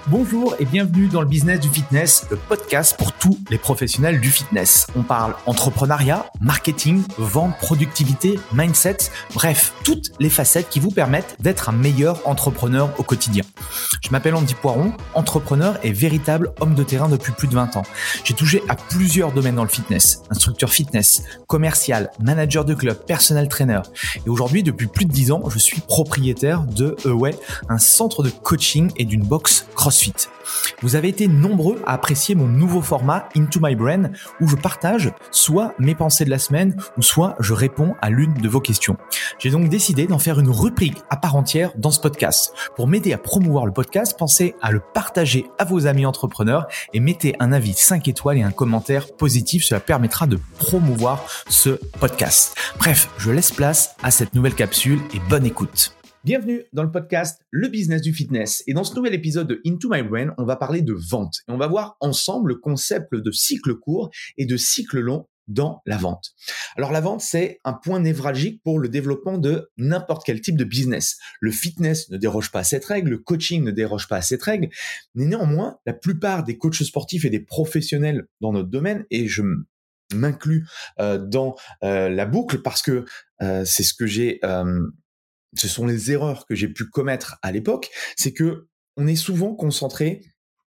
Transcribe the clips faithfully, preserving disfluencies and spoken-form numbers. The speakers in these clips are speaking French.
Bonjour et bienvenue dans le business du fitness, le podcast pour tous les professionnels du fitness. On parle entrepreneuriat, marketing, vente, productivité, mindset, bref, toutes les facettes qui vous permettent d'être un meilleur entrepreneur au quotidien. Je m'appelle Andy Poiron, entrepreneur et véritable homme de terrain depuis plus de vingt ans. J'ai touché à plusieurs domaines dans le fitness, instructeur fitness, commercial, manager de club, personal trainer. Et aujourd'hui, depuis plus de dix ans, je suis propriétaire de Away, un centre de coaching et d'une box CrossFit. Vous avez été nombreux à apprécier mon nouveau format Into My Brain où je partage soit mes pensées de la semaine ou soit je réponds à l'une de vos questions. J'ai donc décidé d'en faire une rubrique à part entière dans ce podcast. Pour m'aider à promouvoir le podcast, pensez à le partager à vos amis entrepreneurs et mettez un avis cinq étoiles et un commentaire positif. Cela permettra de promouvoir ce podcast. Bref, je laisse place à cette nouvelle capsule et bonne écoute. Bienvenue dans le podcast Le Business du Fitness. Et dans ce nouvel épisode de Into My Brain, on va parler de vente. Et on va voir ensemble le concept de cycle court et de cycle long dans la vente. Alors la vente, c'est un point névralgique pour le développement de n'importe quel type de business. Le fitness ne déroge pas à cette règle, le coaching ne déroge pas à cette règle. Mais néanmoins, la plupart des coachs sportifs et des professionnels dans notre domaine, et je m'inclus euh, dans euh, la boucle parce que euh, c'est ce que j'ai... Euh, Ce sont les erreurs que j'ai pu commettre à l'époque, c'est que on est souvent concentré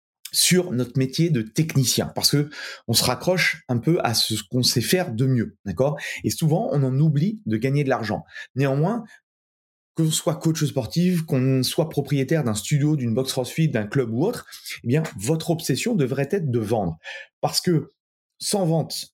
sur notre métier de technicien parce que on se raccroche un peu à ce qu'on sait faire de mieux, d'accord ? Et souvent, on en oublie de gagner de l'argent. Néanmoins, que l'on soit coach sportif, qu'on soit propriétaire d'un studio, d'une box CrossFit, d'un club ou autre, eh bien, votre obsession devrait être de vendre. Parce que sans vente,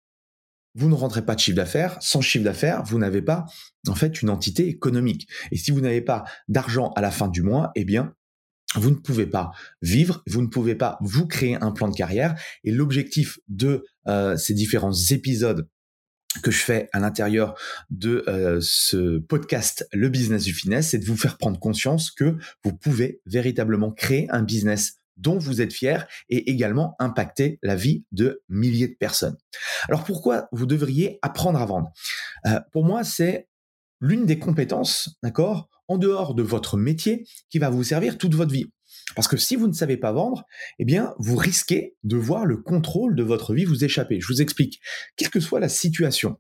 vous ne rentrez pas de chiffre d'affaires. Sans chiffre d'affaires, vous n'avez pas, en fait, une entité économique. Et si vous n'avez pas d'argent à la fin du mois, eh bien, vous ne pouvez pas vivre, vous ne pouvez pas vous créer un plan de carrière. Et l'objectif de euh, ces différents épisodes que je fais à l'intérieur de euh, ce podcast, le business du fitness, c'est de vous faire prendre conscience que vous pouvez véritablement créer un business dont vous êtes fier et également impacter la vie de milliers de personnes. Alors pourquoi vous devriez apprendre à vendre ? euh, Pour moi, c'est l'une des compétences, d'accord, en dehors de votre métier, qui va vous servir toute votre vie. Parce que si vous ne savez pas vendre, eh bien, vous risquez de voir le contrôle de votre vie vous échapper. Je vous explique. Quelle que soit la situation,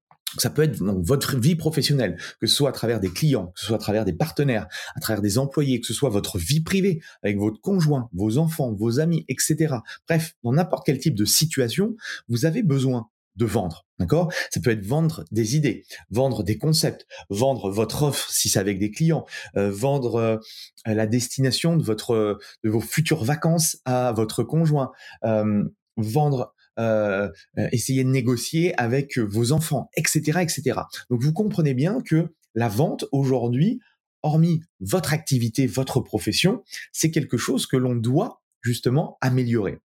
ça peut être donc votre vie professionnelle, que ce soit à travers des clients, que ce soit à travers des partenaires, à travers des employés, que ce soit votre vie privée avec votre conjoint, vos enfants, vos amis, et cetera. Bref, dans n'importe quel type de situation, vous avez besoin de vendre, d'accord ? Ça peut être vendre des idées, vendre des concepts, vendre votre offre si c'est avec des clients, euh, vendre euh, la destination de votre de vos futures vacances à votre conjoint, euh, vendre Euh, euh, essayer de négocier avec vos enfants, et cetera, et cetera. Donc vous comprenez bien que la vente aujourd'hui, hormis votre activité, votre profession, c'est quelque chose que l'on doit justement améliorer.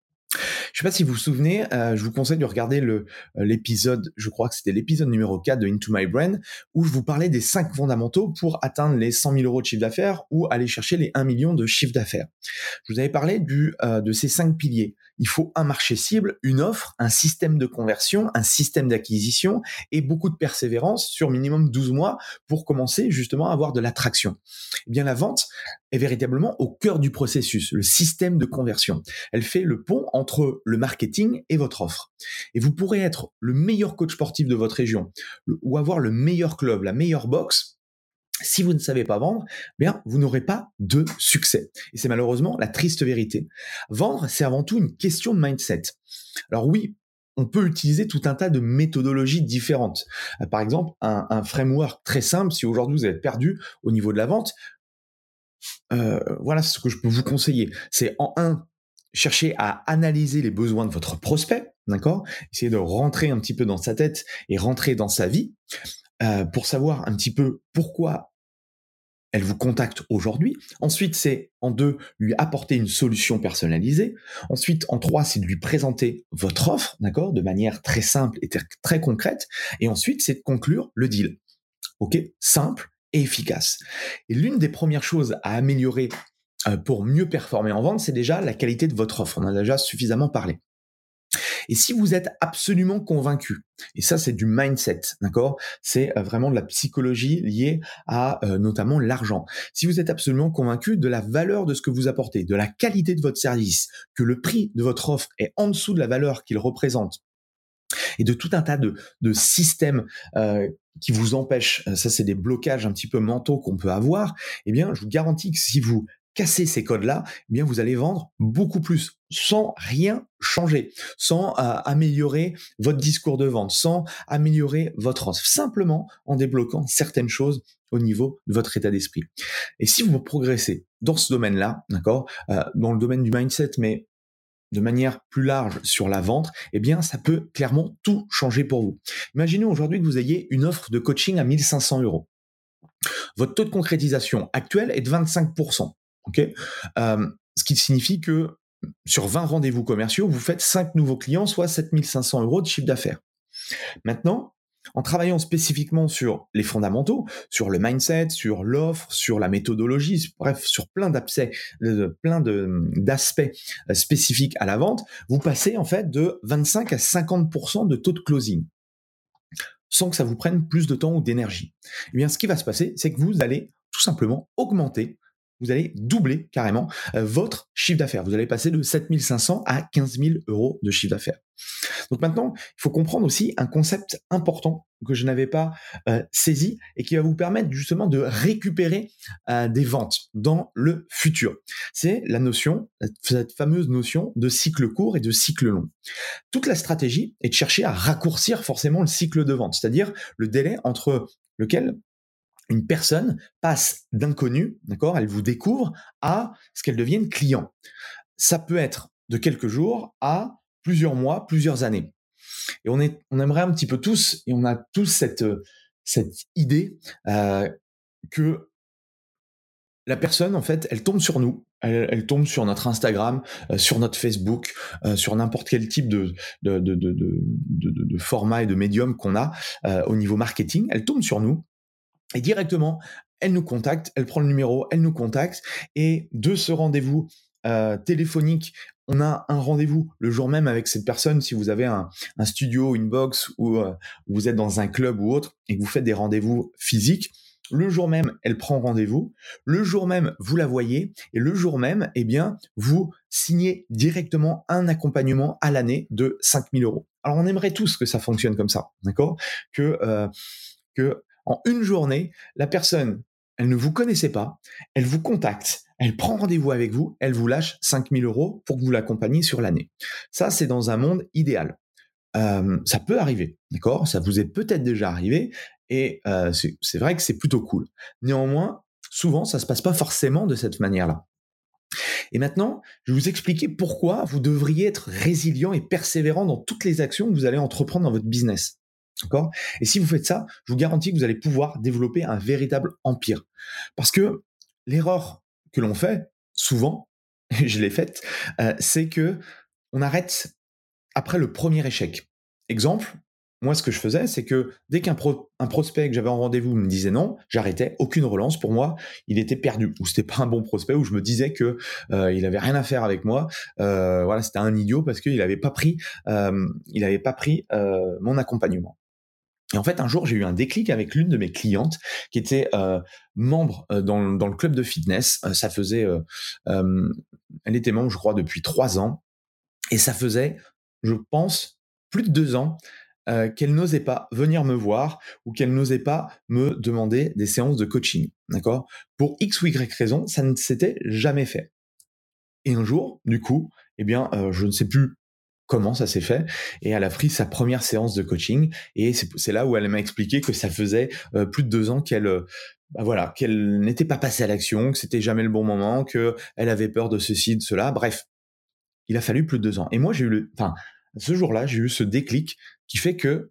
Je sais pas si vous vous souvenez, euh, je vous conseille de regarder le euh, l'épisode, je crois que c'était l'épisode numéro quatre de Into My Brain, où je vous parlais des cinq fondamentaux pour atteindre les cent mille euros de chiffre d'affaires ou aller chercher les un million de chiffre d'affaires. Je vous avais parlé du, euh, de ces cinq piliers. Il faut un marché cible, une offre, un système de conversion, un système d'acquisition et beaucoup de persévérance sur minimum douze mois pour commencer justement à avoir de l'attraction. Eh bien, la vente est véritablement au cœur du processus, le système de conversion. Elle fait le pont entre le marketing et votre offre. Et vous pourrez être le meilleur coach sportif de votre région ou avoir le meilleur club, la meilleure box. Si vous ne savez pas vendre, bien, vous n'aurez pas de succès. Et c'est malheureusement la triste vérité. Vendre, c'est avant tout une question de mindset. Alors oui, on peut utiliser tout un tas de méthodologies différentes. Par exemple, un, un framework très simple, si aujourd'hui vous êtes perdu au niveau de la vente, euh, voilà ce que je peux vous conseiller. C'est en un, chercher à analyser les besoins de votre prospect, d'accord ? Essayez de rentrer un petit peu dans sa tête et rentrer dans sa vie euh, pour savoir un petit peu pourquoi elle vous contacte aujourd'hui. Ensuite, c'est en deux, lui apporter une solution personnalisée. Ensuite, en trois, c'est de lui présenter votre offre, d'accord, de manière très simple et très concrète. Et ensuite, c'est de conclure le deal. Ok, simple et efficace. Et l'une des premières choses à améliorer euh, pour mieux performer en vente, c'est déjà la qualité de votre offre. On en a déjà suffisamment parlé. Et si vous êtes absolument convaincu, et ça c'est du mindset, d'accord? C'est euh, vraiment de la psychologie liée à euh, notamment l'argent. Si vous êtes absolument convaincu de la valeur de ce que vous apportez, de la qualité de votre service, que le prix de votre offre est en dessous de la valeur qu'il représente, et de tout un tas de, de systèmes euh, qui vous empêchent, ça c'est des blocages un petit peu mentaux qu'on peut avoir, eh bien je vous garantis que si vous cassez ces codes-là, eh bien vous allez vendre beaucoup plus sans rien changer, sans euh, améliorer votre discours de vente, sans améliorer votre offre, simplement en débloquant certaines choses au niveau de votre état d'esprit. Et si vous progressez dans ce domaine-là, d'accord, euh, dans le domaine du mindset, mais de manière plus large sur la vente, eh bien, ça peut clairement tout changer pour vous. Imaginez aujourd'hui que vous ayez une offre de coaching à mille cinq cents euros. Votre taux de concrétisation actuel est de vingt-cinq pour cent. Okay, euh, ce qui signifie que sur vingt rendez-vous commerciaux, vous faites cinq nouveaux clients, soit sept mille cinq cents euros de chiffre d'affaires. Maintenant, en travaillant spécifiquement sur les fondamentaux, sur le mindset, sur l'offre, sur la méthodologie, bref, sur plein d'aspects, plein de, d'aspects spécifiques à la vente, vous passez en fait de vingt-cinq à cinquante pour cent de taux de closing, sans que ça vous prenne plus de temps ou d'énergie. Eh bien, ce qui va se passer, c'est que vous allez tout simplement augmenter, vous allez doubler carrément euh, votre chiffre d'affaires. Vous allez passer de sept mille cinq cents à quinze mille euros de chiffre d'affaires. Donc maintenant, il faut comprendre aussi un concept important que je n'avais pas euh, saisi et qui va vous permettre justement de récupérer euh, des ventes dans le futur. C'est la notion, cette fameuse notion de cycle court et de cycle long. Toute la stratégie est de chercher à raccourcir forcément le cycle de vente, c'est-à-dire le délai entre lequel une personne passe d'inconnu, d'accord, elle vous découvre, à ce qu'elle devienne client. Ça peut être de quelques jours à plusieurs mois, plusieurs années. Et on, est, on aimerait un petit peu tous, et on a tous cette, cette idée euh, que la personne, en fait, elle tombe sur nous, elle, elle tombe sur notre Instagram, euh, sur notre Facebook, euh, sur n'importe quel type de, de, de, de, de, de, de format et de médium qu'on a euh, au niveau marketing, elle tombe sur nous, et directement, elle nous contacte, elle prend le numéro, elle nous contacte, et de ce rendez-vous euh, téléphonique, on a un rendez-vous le jour même avec cette personne. Si vous avez un, un studio, une box, ou euh, vous êtes dans un club ou autre, et que vous faites des rendez-vous physiques, le jour même, elle prend rendez-vous, le jour même, vous la voyez, et le jour même, eh bien, vous signez directement un accompagnement à l'année de cinq mille euros. Alors, on aimerait tous que ça fonctionne comme ça, d'accord ? Que, euh, que en une journée, la personne, elle ne vous connaissait pas, elle vous contacte, elle prend rendez-vous avec vous, elle vous lâche cinq mille euros pour que vous l'accompagniez sur l'année. Ça, c'est dans un monde idéal. Euh, ça peut arriver, d'accord ? Ça vous est peut-être déjà arrivé, et euh, c'est, c'est vrai que c'est plutôt cool. Néanmoins, souvent, ça se passe pas forcément de cette manière-là. Et maintenant, je vais vous expliquer pourquoi vous devriez être résilient et persévérant dans toutes les actions que vous allez entreprendre dans votre business. D'accord ? Et si vous faites ça, je vous garantis que vous allez pouvoir développer un véritable empire. Parce que l'erreur que l'on fait, souvent, et je l'ai faite, euh, c'est que on arrête après le premier échec. Exemple, moi, ce que je faisais, c'est que dès qu'un pro- un prospect que j'avais en rendez-vous me disait non, j'arrêtais, aucune relance. Pour moi, il était perdu, ou c'était pas un bon prospect, ou je me disais que euh, il avait rien à faire avec moi. Euh, voilà, c'était un idiot parce qu'il avait pas pris, euh, il avait pas pris euh, mon accompagnement. Et en fait, un jour, j'ai eu un déclic avec l'une de mes clientes qui était euh, membre euh, dans, dans le club de fitness. Euh, ça faisait, euh, euh, elle était membre, je crois, depuis trois ans, et ça faisait, je pense, plus de deux ans euh, qu'elle n'osait pas venir me voir ou qu'elle n'osait pas me demander des séances de coaching. D'accord ? Pour X ou Y raison, ça ne s'était jamais fait. Et un jour, du coup, eh bien, euh, je ne sais plus comment ça s'est fait, et elle a pris sa première séance de coaching, et c'est, c'est là où elle m'a expliqué que ça faisait euh, plus de deux ans qu'elle, euh, bah voilà, qu'elle n'était pas passée à l'action, que c'était jamais le bon moment, que elle avait peur de ceci, de cela. Bref, il a fallu plus de deux ans. Et moi, j'ai eu le, enfin, ce jour-là, j'ai eu ce déclic qui fait que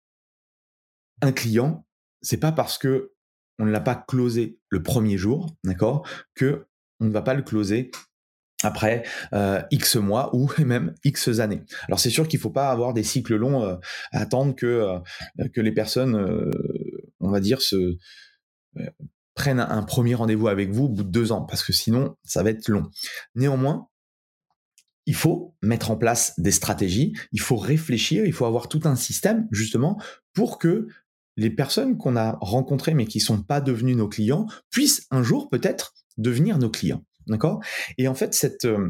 un client, c'est pas parce que on ne l'a pas closé le premier jour, d'accord, que on ne va pas le closer après euh, X mois ou même X années. Alors c'est sûr qu'il faut pas avoir des cycles longs euh, à attendre que euh, que les personnes, euh, on va dire, se euh, prennent un premier rendez-vous avec vous au bout de deux ans, parce que sinon ça va être long. Néanmoins, il faut mettre en place des stratégies, il faut réfléchir, il faut avoir tout un système justement pour que les personnes qu'on a rencontrées mais qui ne sont pas devenues nos clients puissent un jour peut-être devenir nos clients. D'accord ? Et en fait, cette, euh,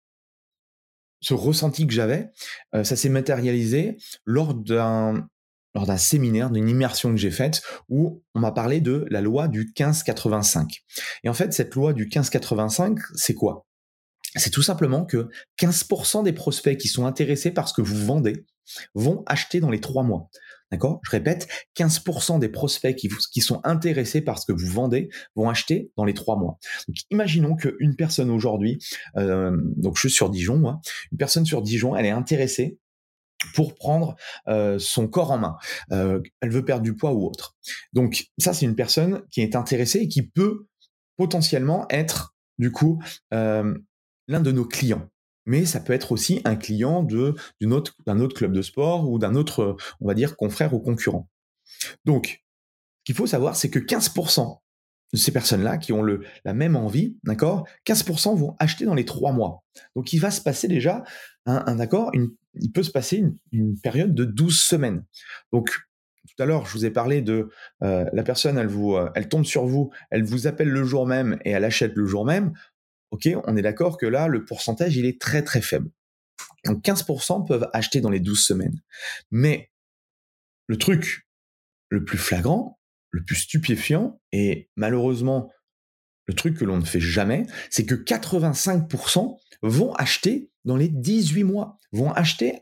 ce ressenti que j'avais, euh, ça s'est matérialisé lors d'un, lors d'un séminaire, d'une immersion que j'ai faite où on m'a parlé de la loi du quinze quatre-vingt-cinq. Et en fait, cette loi du quinze quatre-vingt-cinq, c'est quoi ? C'est tout simplement que quinze pour cent des prospects qui sont intéressés par ce que vous vendez vont acheter dans les trois mois. D'accord ? Je répète, quinze pour cent des prospects qui, vous, qui sont intéressés par ce que vous vendez vont acheter dans les trois mois. Donc, imaginons qu'une personne aujourd'hui, euh, donc je suis sur Dijon, moi, une personne sur Dijon, elle est intéressée pour prendre euh, son corps en main. Euh, elle veut perdre du poids ou autre. Donc, ça, c'est une personne qui est intéressée et qui peut potentiellement être, du coup, euh, l'un de nos clients. Mais ça peut être aussi un client de, d'une autre, d'un autre club de sport ou d'un autre, on va dire, confrère ou concurrent. Donc, ce qu'il faut savoir, c'est que quinze pour cent de ces personnes-là qui ont le, la même envie, d'accord, quinze pour cent vont acheter dans les trois mois. Donc, il va se passer déjà, un, un d'accord, une, il peut se passer une, une période de douze semaines. Donc, tout à l'heure, je vous ai parlé de euh, la personne, elle, vous, euh, elle tombe sur vous, elle vous appelle le jour même et elle achète le jour même. Ok, on est d'accord que là, le pourcentage, il est très très faible. Donc quinze pour cent peuvent acheter dans les douze semaines. Mais le truc le plus flagrant, le plus stupéfiant, et malheureusement, le truc que l'on ne fait jamais, c'est que quatre-vingt-cinq pour cent vont acheter dans les dix-huit mois, vont acheter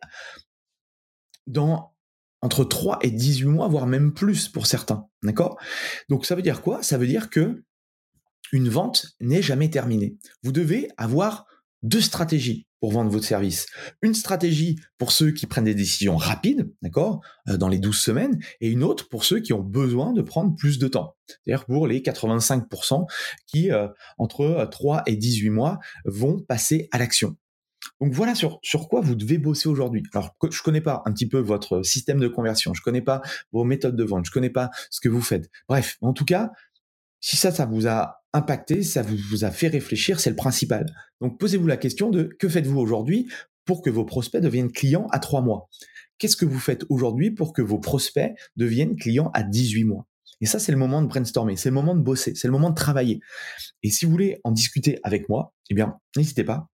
dans entre trois et dix-huit mois, voire même plus pour certains. D'accord ? Donc ça veut dire quoi ? Ça veut dire que une vente n'est jamais terminée. Vous devez avoir deux stratégies pour vendre votre service. Une stratégie pour ceux qui prennent des décisions rapides, d'accord, euh, dans les douze semaines, et une autre pour ceux qui ont besoin de prendre plus de temps. C'est-à-dire pour les quatre-vingt-cinq pour cent qui, euh, entre trois et dix-huit mois, vont passer à l'action. Donc voilà sur, sur quoi vous devez bosser aujourd'hui. Alors, je connais pas un petit peu votre système de conversion, je connais pas vos méthodes de vente, je connais pas ce que vous faites. Bref, en tout cas, si ça, ça vous a impacté, ça vous, vous a fait réfléchir, c'est le principal. Donc, posez-vous la question de que faites-vous aujourd'hui pour que vos prospects deviennent clients à trois mois ? Qu'est-ce que vous faites aujourd'hui pour que vos prospects deviennent clients à dix-huit mois ? Et ça, c'est le moment de brainstormer, c'est le moment de bosser, c'est le moment de travailler. Et si vous voulez en discuter avec moi, eh bien, n'hésitez pas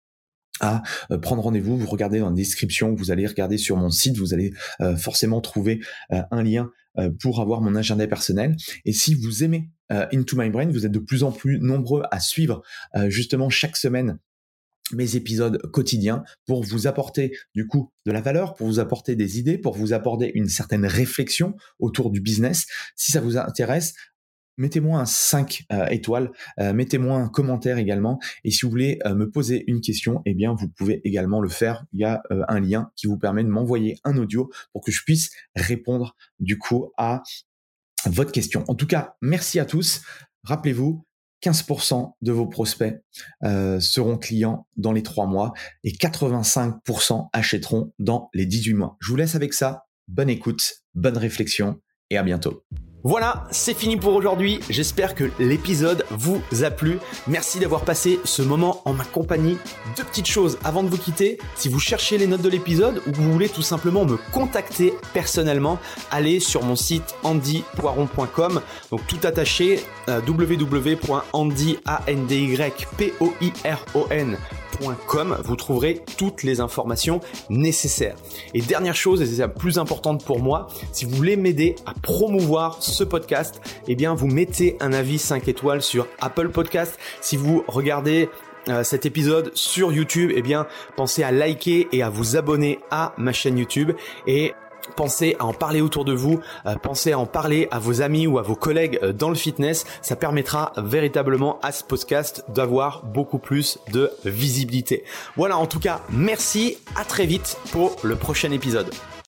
à prendre rendez-vous, vous regardez dans la description, vous allez regarder sur mon site, vous allez euh, forcément trouver euh, un lien euh, pour avoir mon agenda personnel. Et si vous aimez euh, Into My Brain, vous êtes de plus en plus nombreux à suivre euh, justement chaque semaine mes épisodes quotidiens pour vous apporter du coup de la valeur, pour vous apporter des idées, pour vous apporter une certaine réflexion autour du business. Si ça vous intéresse, mettez-moi un cinq euh, étoiles, euh, mettez-moi un commentaire également. Et si vous voulez euh, me poser une question, eh bien, vous pouvez également le faire. Il y a euh, un lien qui vous permet de m'envoyer un audio pour que je puisse répondre du coup à votre question. En tout cas, merci à tous. Rappelez-vous, quinze pour cent de vos prospects euh, seront clients dans les trois mois et quatre-vingt-cinq pour cent achèteront dans les dix-huit mois. Je vous laisse avec ça. Bonne écoute, bonne réflexion et à bientôt. Voilà, c'est fini pour aujourd'hui. J'espère que l'épisode vous a plu. Merci d'avoir passé ce moment en ma compagnie. Deux petites choses avant de vous quitter. Si vous cherchez les notes de l'épisode ou que vous voulez tout simplement me contacter personnellement, allez sur mon site andy poiron point com. Donc tout attaché, euh, w w w point andy poiron point com. Vous trouverez toutes les informations nécessaires. Et dernière chose, et c'est la plus importante pour moi, si vous voulez m'aider à promouvoir ce podcast, eh bien vous mettez un avis cinq étoiles sur Apple Podcast. Si vous regardez euh, cet épisode sur YouTube, eh bien pensez à liker et à vous abonner à ma chaîne YouTube et pensez à en parler autour de vous, euh, pensez à en parler à vos amis ou à vos collègues euh, dans le fitness. Ça permettra véritablement à ce podcast d'avoir beaucoup plus de visibilité. Voilà, en tout cas, merci, à très vite pour le prochain épisode.